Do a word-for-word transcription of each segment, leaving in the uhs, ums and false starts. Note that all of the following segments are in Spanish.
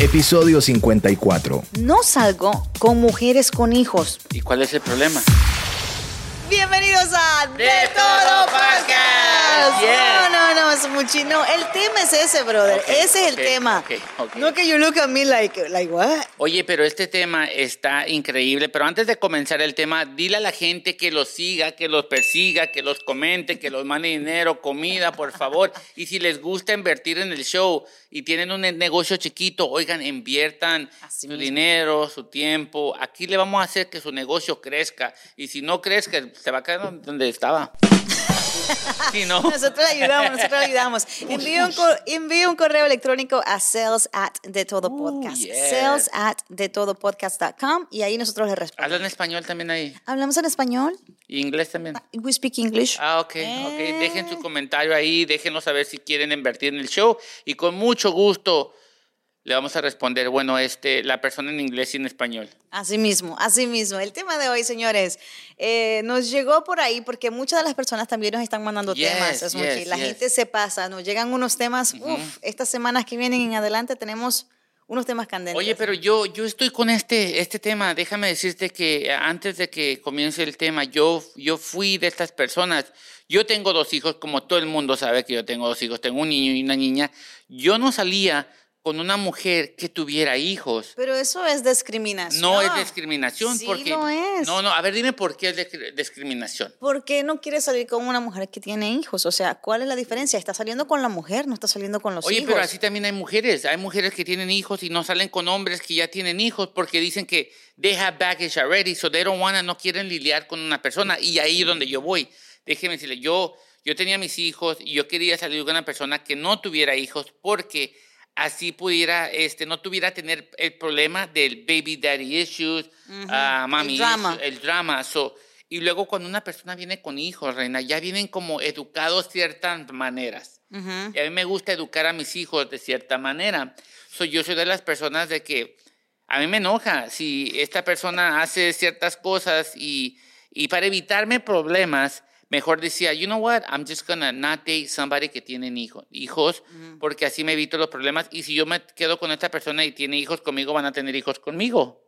Episodio cincuenta y cuatro. No salgo con mujeres con hijos. ¿Y cuál es el problema? Bienvenidos a De, De Todo Podcast. Yeah. No, no, no, Smuchi, no. El tema es ese, brother. Okay, ese es okay, el tema. Okay, okay. No que you look at me like, like what? Oye, pero este tema está increíble. Pero antes de comenzar el tema, dile a la gente que los siga, que los persiga, que los comente, que los mande dinero, comida, por favor. Y si les gusta invertir en el show y tienen un negocio chiquito, oigan, inviertan Así su mismo. dinero, su tiempo. Aquí le vamos a hacer que su negocio crezca. Y si no crezca, se va a quedar donde estaba. Sí, ¿no? Nosotros le ayudamos, nosotros le ayudamos. Envíe un, envíe un correo electrónico a sales at de todo podcast. Uh, yeah. Sales at de todo podcast dot com y ahí nosotros le respondemos. ¿Hablan español también ahí? ¿Hablamos en español? ¿Y inglés también? We speak English. Ah, ok, eh. ok. Dejen su comentario ahí, déjenos saber si quieren invertir en el show y con mucho gusto le vamos a responder, bueno, este, la persona en inglés y en español. Así mismo, así mismo. El tema de hoy, señores, eh, nos llegó por ahí porque muchas de las personas también nos están mandando yes, temas. Es yes, la yes. gente se pasa, nos llegan unos temas. Uh-huh. Uf, estas semanas que vienen en adelante tenemos unos temas candentes. Oye, pero yo, yo estoy con este, este tema. Déjame decirte que antes de que comience el tema, yo, yo fui de estas personas. Yo tengo dos hijos, como todo el mundo sabe que yo tengo dos hijos. Tengo un niño y una niña. Yo no salía con una mujer que tuviera hijos. Pero eso es discriminación. No es discriminación. Sí, porque, lo es. No, no, a ver, dime por qué es discriminación. ¿Por qué no quieres salir con una mujer que tiene hijos? O sea, ¿cuál es la diferencia? Estás saliendo con la mujer, no estás saliendo con los Oye, hijos. Oye, pero así también hay mujeres. Hay mujeres que tienen hijos y no salen con hombres que ya tienen hijos porque dicen que they have baggage already, so they don't wanna, no quieren lidiar con una persona. Y ahí es donde yo voy. Déjeme decirle, yo, yo tenía mis hijos y yo quería salir con una persona que no tuviera hijos porque así pudiera, este, no tuviera tener el problema del baby daddy issues, uh-huh. uh, mami el drama. Issues, el drama. So, y luego cuando una persona viene con hijos, Reina, ya vienen como educados de ciertas maneras. Uh-huh. Y a mí me gusta educar a mis hijos de cierta manera. So, yo soy de las personas de que a mí me enoja si esta persona hace ciertas cosas y, y para evitarme problemas, mejor decía, you know what, I'm just gonna not date somebody que tiene hijo, hijos, mm. porque así me evito los problemas. Y si yo me quedo con esta persona y tiene hijos conmigo, van a tener hijos conmigo.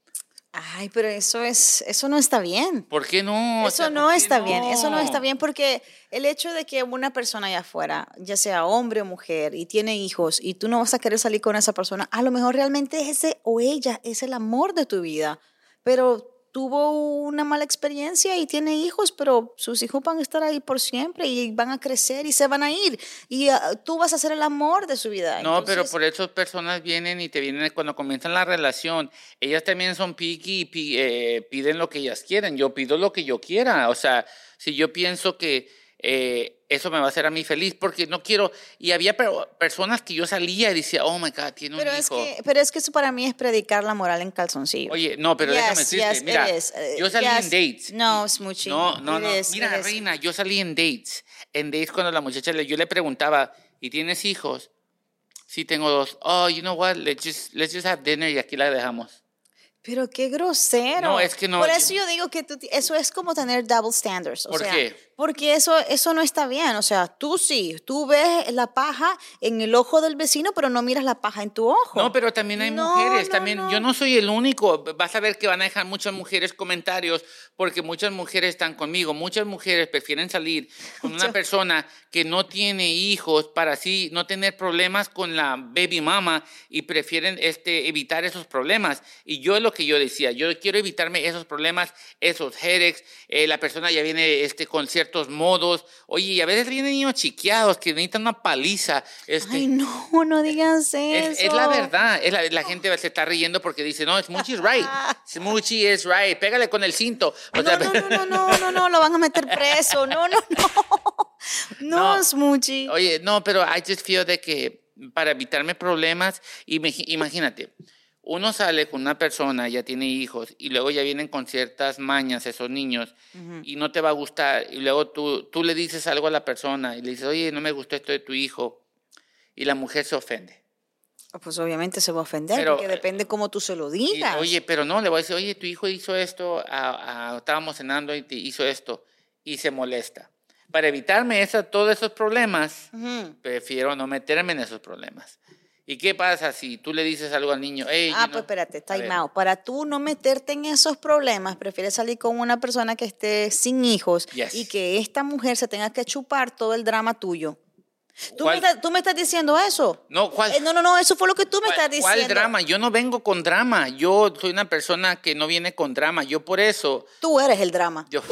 Ay, pero eso es, eso no está bien. ¿Por qué no? Eso o sea, no está no? bien, eso no está bien porque el hecho de que una persona allá afuera, ya sea hombre o mujer, y tiene hijos, y tú no vas a querer salir con esa persona, a lo mejor realmente ese o ella es el amor de tu vida, pero tuvo una mala experiencia y tiene hijos, pero sus hijos van a estar ahí por siempre y van a crecer y se van a ir. Y uh, tú vas a ser el amor de su vida. No, Entonces, pero por eso personas vienen y te vienen cuando comienzan la relación. Ellas también son picky y eh, piden lo que ellas quieren. Yo pido lo que yo quiera. O sea, si yo pienso que eh, eso me va a hacer a mí feliz porque no quiero. Y había personas que yo salía y decía, oh my God, tiene un pero hijo. Es que, pero es que eso para mí es predicar la moral en calzoncillo. Oye, no, pero yes, déjame decirte, yes, mira, uh, yo salí yes. en dates. No, Smuchi. No, no, no. Is, mira, Reina, yo salí en dates. En dates cuando la muchacha, le, yo le preguntaba, ¿y tienes hijos? Sí, tengo dos. Oh, you know what, let's just, let's just have dinner y aquí la dejamos. Pero qué grosero. No, es que no. Por eso yo digo que tú, eso es como tener double standards. O ¿Por sea, qué? Porque eso, eso no está bien. O sea, tú sí, tú ves la paja en el ojo del vecino, pero no miras la paja en tu ojo. No, pero también hay no, mujeres. No, también no. Yo no soy el único. Vas a ver que van a dejar muchas mujeres comentarios porque muchas mujeres están conmigo. Muchas mujeres prefieren salir con una persona que no tiene hijos para así no tener problemas con la baby mama y prefieren este, evitar esos problemas. Y yo es lo que yo decía. Yo quiero evitarme esos problemas, esos headaches. Eh, la persona ya viene este, con ciertos modos. Oye, y a veces vienen niños chiqueados que necesitan una paliza. Este, Ay, no, no digas eso. Es, es la verdad. Es la, la gente se está riendo porque dice, no, Smuchi is right. Smuchi is right. Pégale con el cinto. O no, sea, no, no, no, no, no, no, lo van a meter preso. No, no, no. No, no Smuchi. Oye, no, pero I just feel de que para evitarme problemas, imagínate, uno sale con una persona, ya tiene hijos, y luego ya vienen con ciertas mañas esos niños, uh-huh. y no te va a gustar, y luego tú, tú le dices algo a la persona, y le dices, oye, no me gustó esto de tu hijo, y la mujer se ofende. Pues obviamente se va a ofender, pero, porque depende cómo tú se lo digas. Y, oye, pero no, le voy a decir, oye, tu hijo hizo esto, a, a, estábamos cenando y te hizo esto, y se molesta. Para evitarme esa, todos esos problemas, uh-huh. prefiero no meterme en esos problemas. ¿Y qué pasa si tú le dices algo al niño? Hey, Ah, you pues know, espérate, a ver. time out. Para tú no meterte en esos problemas, prefieres salir con una persona que esté sin hijos Yes. y que esta mujer se tenga que chupar todo el drama tuyo. ¿Tú me, ¿Cuál- estás, tú me estás diciendo eso? No, ¿cuál? Eh, no, no, no, eso fue lo que tú me ¿Cuál, estás diciendo. cuál drama? Yo no vengo con drama. Yo soy una persona que no viene con drama. Yo por eso... Tú eres el drama. Yo,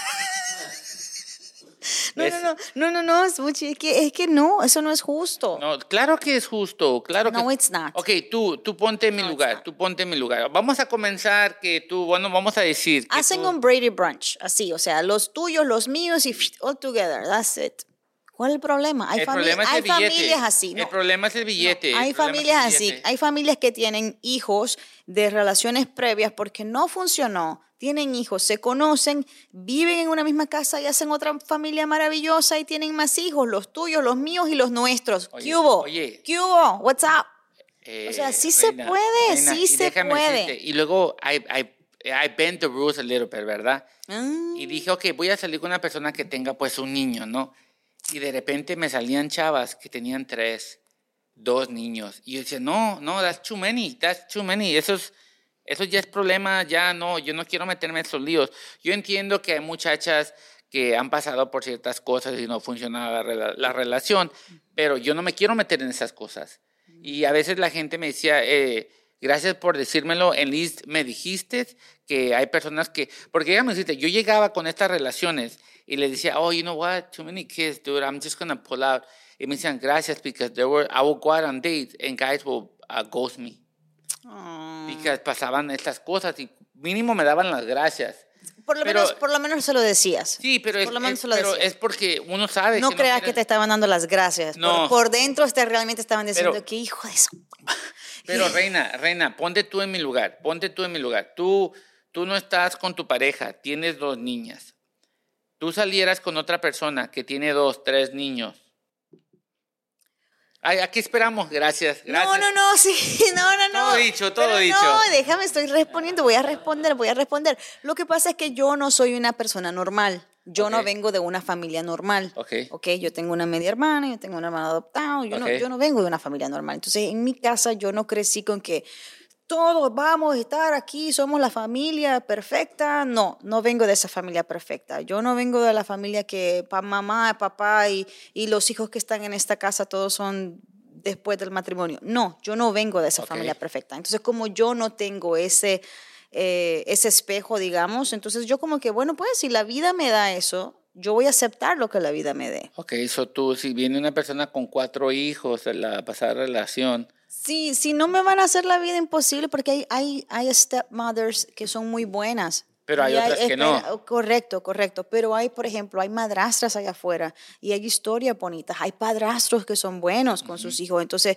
No, Es- no, no, no, no, no, Smoochie, es que, es que no, eso no es justo. no, claro que es justo, claro No, que it's not. Ok, tú, tú ponte en mi No, it's lugar, not. tú ponte en mi lugar. Vamos a comenzar que tú, bueno, vamos a decir que Hacen tú- un Brady Brunch, así, o sea, los tuyos, los míos y all together, that's it. ¿Cuál es el problema? Hay, el fami- problema es hay el billete. familias así. El No, problema es el billete. no, el hay problema es el familias así, billete. hay familias que tienen hijos de relaciones previas porque no funcionó, tienen hijos, se conocen, viven en una misma casa y hacen otra familia maravillosa y tienen más hijos, los tuyos, los míos y los nuestros. Oye, ¿Qué hubo? oye. ¿Qué hubo? What's up? Eh, O sea, sí se puede, reina, sí y se déjame puede. decirte, y luego I, I, I bent the rules a little bit, ¿verdad? Mm. Y dije, ok, voy a salir con una persona que tenga pues un niño, ¿no? Y de repente me salían chavas que tenían tres, dos niños. Y yo decía, no, no, that's too many, that's too many. Eso, es, eso ya es problema, ya no, yo no quiero meterme en esos líos. Yo entiendo que hay muchachas que han pasado por ciertas cosas y no funciona la, rela- la relación, pero yo no me quiero meter en esas cosas. Y a veces la gente me decía, eh, gracias por decírmelo, en least me dijiste que hay personas que, porque déjame decirte, yo llegaba con estas relaciones y les decía, oh, you know what, too many kids, dude, I'm just gonna pull out. Y me decían, gracias, because there were, I will go out on dates and guys will uh, ghost me. Oh. Porque pasaban estas cosas y mínimo me daban las gracias. Por lo, Pero- menos, por lo menos se lo decías. Sí, pero, Por es, lo menos es- se lo pero decías. es porque uno sabe No que creas no que quieren- te estaban dando las gracias. No. Por, por dentro te realmente estaban diciendo Pero- que hijo de eso. Pero reina, reina, ponte tú en mi lugar, ponte tú en mi lugar. Tú, tú no estás con tu pareja, tienes dos niñas. Tú salieras con otra persona que tiene dos, tres niños. Ay, aquí esperamos, gracias, gracias. No, no, no, sí, no, no, no. Todo dicho, todo Pero dicho. No, déjame, estoy respondiendo, voy a responder, voy a responder. Lo que pasa es que yo no soy una persona normal. Yo no Ok. vengo de una familia normal. Ok. Ok, yo tengo una media hermana, yo tengo un hermano adoptado, yo, no, Ok. yo no vengo de una familia normal. Entonces, en mi casa yo no crecí con que todos vamos a estar aquí, somos la familia perfecta. No, no vengo de esa familia perfecta. Yo no vengo de la familia que pa, mamá, papá y, y los hijos que están en esta casa todos son después del matrimonio. No, yo no vengo de esa Ok. familia perfecta. Entonces, como yo no tengo ese, eh, ese espejo, digamos, entonces yo como que, bueno, pues si la vida me da eso, yo voy a aceptar lo que la vida me dé. Ok, so tú, si viene una persona con cuatro hijos, la pasada relación, Sí, sí, no me van a hacer la vida imposible porque hay, hay, hay stepmothers que son muy buenas. Pero hay Y otras que no. espera, correcto, correcto. Pero hay, por ejemplo, hay madrastras allá afuera y hay historias bonitas. Hay padrastros que son buenos con sus hijos. Entonces,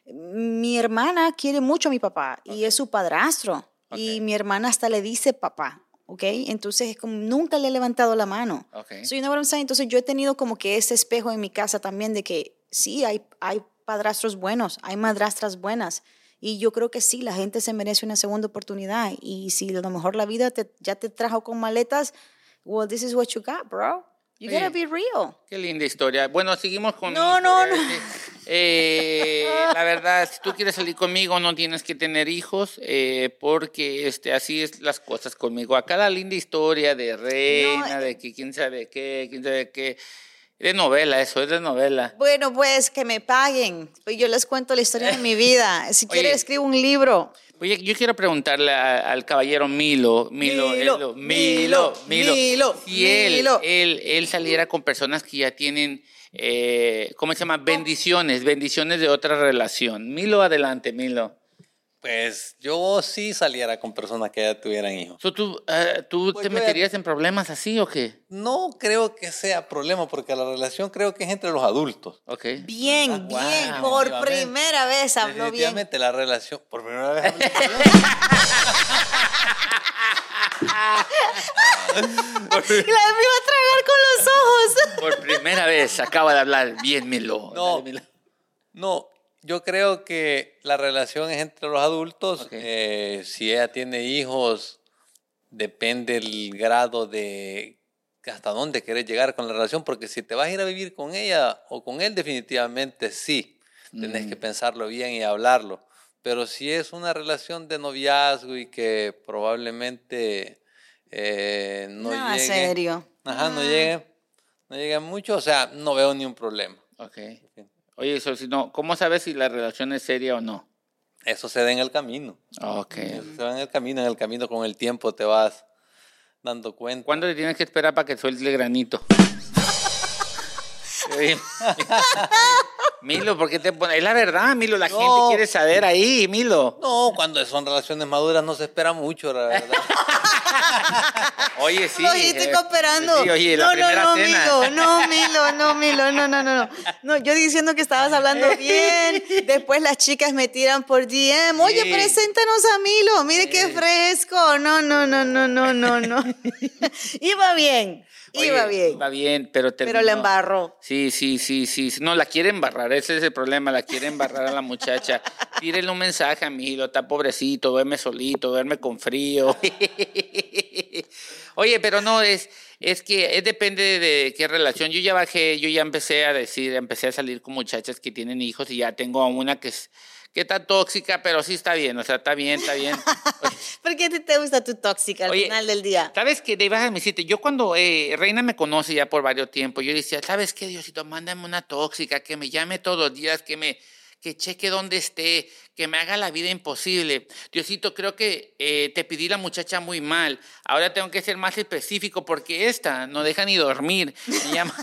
mi hermana quiere mucho a mi papá y es su padrastro. Y Ok. mi hermana hasta le dice papá, ¿ok? Entonces, es como nunca le he levantado la mano. Ok. So, you know what I'm saying? Entonces, yo he tenido como que ese espejo en mi casa también de que sí, hay, hay padrastros buenos, hay madrastras buenas. Y yo creo que sí, la gente se merece una segunda oportunidad. Y si a lo mejor la vida te, ya te trajo con maletas, well, this is what you got, bro. You Oye, gotta be real. qué linda historia. Bueno, seguimos con... No, mi no, historia. no. Eh, la verdad, si tú quieres salir conmigo, no tienes que tener hijos, eh, porque este, así es las cosas conmigo. Acá la linda historia de reina, No, eh. de que quién sabe qué, quién sabe qué. De novela, eso es de novela. Bueno, pues que me paguen. Pues yo les cuento la historia de mi vida. Si Oye. quieren, escribo un libro. Oye, yo quiero preguntarle a- al caballero Milo, Milo, Milo, Milo, Milo, Milo, Milo, si él, Milo. él, él saliera con personas que ya tienen, eh, ¿cómo se llama? Bendiciones, bendiciones de otra relación. Milo, adelante, Milo. Pues yo sí saliera con personas que ya tuvieran hijos. So, ¿Tú, eh, ¿tú Pues te yo ya- meterías en problemas así o qué? No creo que sea problema porque la relación creo que es entre los adultos. Ok. Bien, Ah, bien. wow, Por definitivamente. primera vez habló bien. Definitivamente la relación, por primera vez hablé bien. Y la me iba a tragar con los ojos. Por primera vez acaba de hablar bien, Milo. No. Dale, Milo. No, yo creo que la relación es entre los adultos. Ok. Eh, si ella tiene hijos, depende el grado de hasta dónde querés llegar con la relación, porque si te vas a ir a vivir con ella o con él, definitivamente sí. tenés Mm. que pensarlo bien y hablarlo. Pero si es una relación de noviazgo y que probablemente eh, no Nada llegue, serio. ajá, no Ah. llegue, no llegue mucho, o sea, no veo ni un problema. Ok. Oye, eso, si no, ¿cómo sabes si la relación es seria o no? Eso se da en el camino. Ok. Eso se da en el camino, en el camino con el tiempo te vas dando cuenta. ¿Cuándo te tienes que esperar para que suelte el granito? Oye, Milo, ¿por qué te pones? Es la verdad, Milo, la No. gente quiere saber ahí, Milo. No, cuando son relaciones maduras no se espera mucho, la verdad. Oye, sí. Logístico eh, esperando. Sí, oye, la no, primera no, no, cena. Milo, no, Milo, no, Milo, no, no, no, no. No, yo diciendo que estabas hablando bien, después las chicas me tiran por D M. Oye, Sí. preséntanos a Milo, mire qué Sí. fresco. No, no, no, no, no, no, no. Iba bien, iba Oye, bien, Iba bien, pero terminó. pero la embarró. Sí, sí, sí, sí. No, la quiere embarrar, ese es el problema, la quiere embarrar a la muchacha. Tírenle un mensaje a Milo, está pobrecito, duerme solito, duerme con frío. Oye, pero no, es, es que es depende de qué relación. Yo ya bajé, yo ya empecé a decir, empecé a salir con muchachas que tienen hijos y ya tengo a una que es, que está tóxica, pero sí está bien, o sea, está bien, está bien. ¿Por qué a ti te gusta tu tóxica al Oye, final del día? ¿Sabes qué? De baja me decirte, yo cuando eh, Reina me conoce ya por varios tiempos, yo decía, ¿sabes qué, Diosito? Mándame una tóxica, que me llame todos los días, que me que cheque dónde esté, que me haga la vida imposible. Diosito, creo que eh, te pedí la muchacha muy mal. Ahora tengo que ser más específico porque esta no deja ni dormir. Me llama,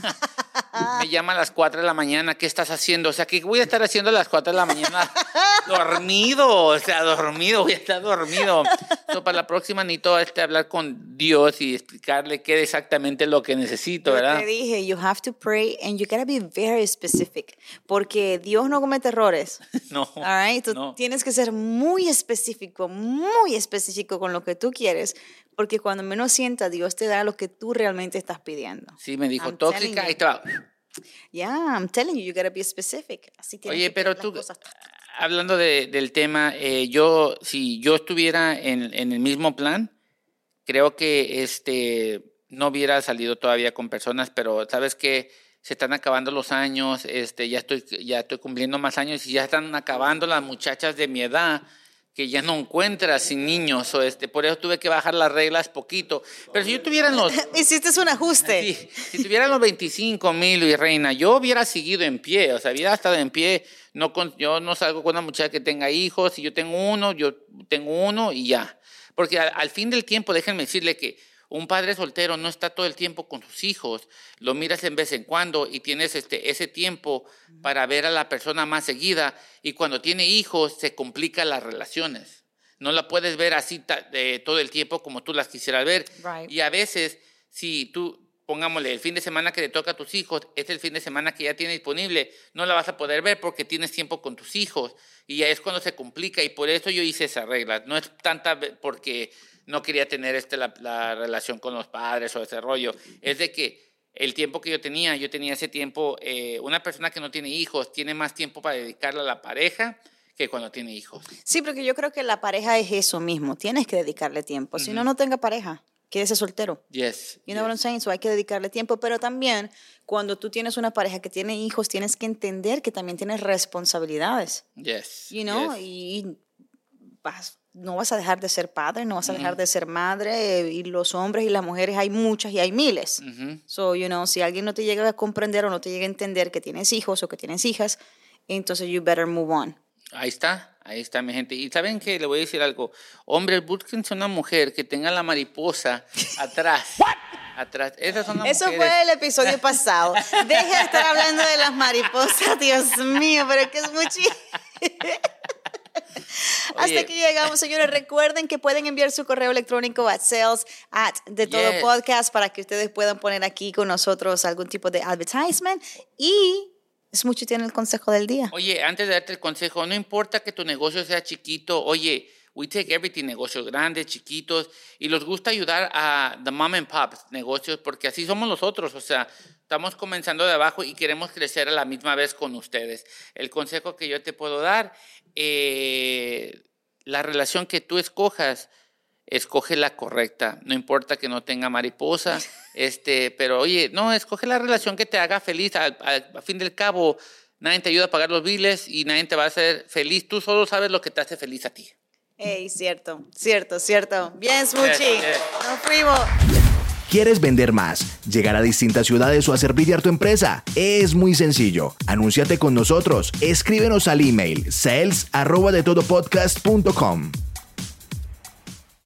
me llama a las cuatro de la mañana. ¿Qué estás haciendo? O sea, ¿qué voy a estar haciendo a las cuatro de la mañana? Dormido, o sea, dormido, voy a estar dormido. So, para la próxima necesito este, hablar con Dios y explicarle qué es exactamente lo que necesito, Yo ¿verdad? te dije, you have to pray and you gotta be very specific, porque Dios no comete errores. No, All right? Tú no. tienes que ser muy específico, muy específico con lo que tú quieres, porque cuando menos sienta, Dios te da lo que tú realmente estás pidiendo. Sí, me dijo I'm tóxica, telling ahí you. te va. Yeah, I'm telling you, you gotta be specific. Así tienes Oye, que pero pedir las tú, cosas. hablando de, del tema, eh, yo, si yo estuviera en, en el mismo plan, creo que este, no hubiera salido todavía con personas, pero sabes que se están acabando los años, este, ya estoy, ya estoy cumpliendo más años y ya están acabando las muchachas de mi edad que ya no encuentras sin niños, o este, por eso tuve que bajar las reglas poquito. Pero si yo tuviera en los Hiciste un ajuste. Sí, si tuviera los veinticinco mil y Reina, yo hubiera seguido en pie, o sea, hubiera estado en pie. No con, yo no salgo con una muchacha que tenga hijos, si yo tengo uno, yo tengo uno y ya. Porque al, al fin del tiempo, déjenme decirle que un padre soltero no está todo el tiempo con sus hijos, lo miras en vez en cuando y tienes este, ese tiempo para ver a la persona más seguida, y cuando tiene hijos se complican las relaciones. No la puedes ver así ta, eh, todo el tiempo como tú las quisieras ver. Right. Y a veces, si tú, pongámosle, el fin de semana que le toca a tus hijos, es el fin de semana que ya tienes disponible, no la vas a poder ver porque tienes tiempo con tus hijos. Y ya es cuando se complica, y por eso yo hice esa regla. No es tanta porque no quería tener este, la, la relación con los padres o ese rollo. Es de que el tiempo que yo tenía, yo tenía ese tiempo, eh, una persona que no tiene hijos tiene más tiempo para dedicarle a la pareja que cuando tiene hijos. Sí, porque yo creo que la pareja es eso mismo. Tienes que dedicarle tiempo. Si no, no tenga pareja. Quédese soltero. Yes. You know yes. what I'm saying? So hay que dedicarle tiempo. Pero también, cuando tú tienes una pareja que tiene hijos, tienes que entender que también tienes responsabilidades. Yes. You know? Yes. Y vas, no vas a dejar de ser padre, no vas a dejar de ser madre. eh, Y los hombres y las mujeres hay muchas y hay miles. Ujú. So, you know, si alguien no te llega a comprender o no te llega a entender que tienes hijos o que tienes hijas, entonces you better move on. Ahí está, ahí está mi gente. Y ¿saben qué? Le voy a decir algo. Hombres, búsquense una mujer que tenga la mariposa atrás. Atrás. Esas son las Eso mujeres. fue el episodio pasado. Deja de estar hablando de las mariposas, Dios mío, pero es que es mucho. Hasta Oye. aquí llegamos, señores. Recuerden que pueden enviar su correo electrónico a sales at de todo Yes. podcast para que ustedes puedan poner aquí con nosotros algún tipo de advertisement. Y Smoochie tiene el consejo del día. Oye, antes de darte el consejo, no importa que tu negocio sea chiquito. Oye, we take everything, negocios grandes, chiquitos, y nos gusta ayudar a the mom and pops negocios, porque así somos nosotros. O sea, estamos comenzando de abajo y queremos crecer a la misma vez con ustedes. El consejo que yo te puedo dar, eh, la relación que tú escojas, escoge la correcta. No importa que no tenga mariposa, este, pero oye, no, escoge la relación que te haga feliz. Al, al, al fin del cabo, nadie te ayuda a pagar los biles y nadie te va a hacer feliz. Tú solo sabes lo que te hace feliz a ti. Ey, cierto, cierto, cierto. Bien, Smoochie. Yes, yes. Nos fuimos. ¿Quieres vender más, llegar a distintas ciudades o hacer brillar tu empresa? Es muy sencillo. Anúnciate con nosotros. Escríbenos al email sales arroba de todo podcast punto com.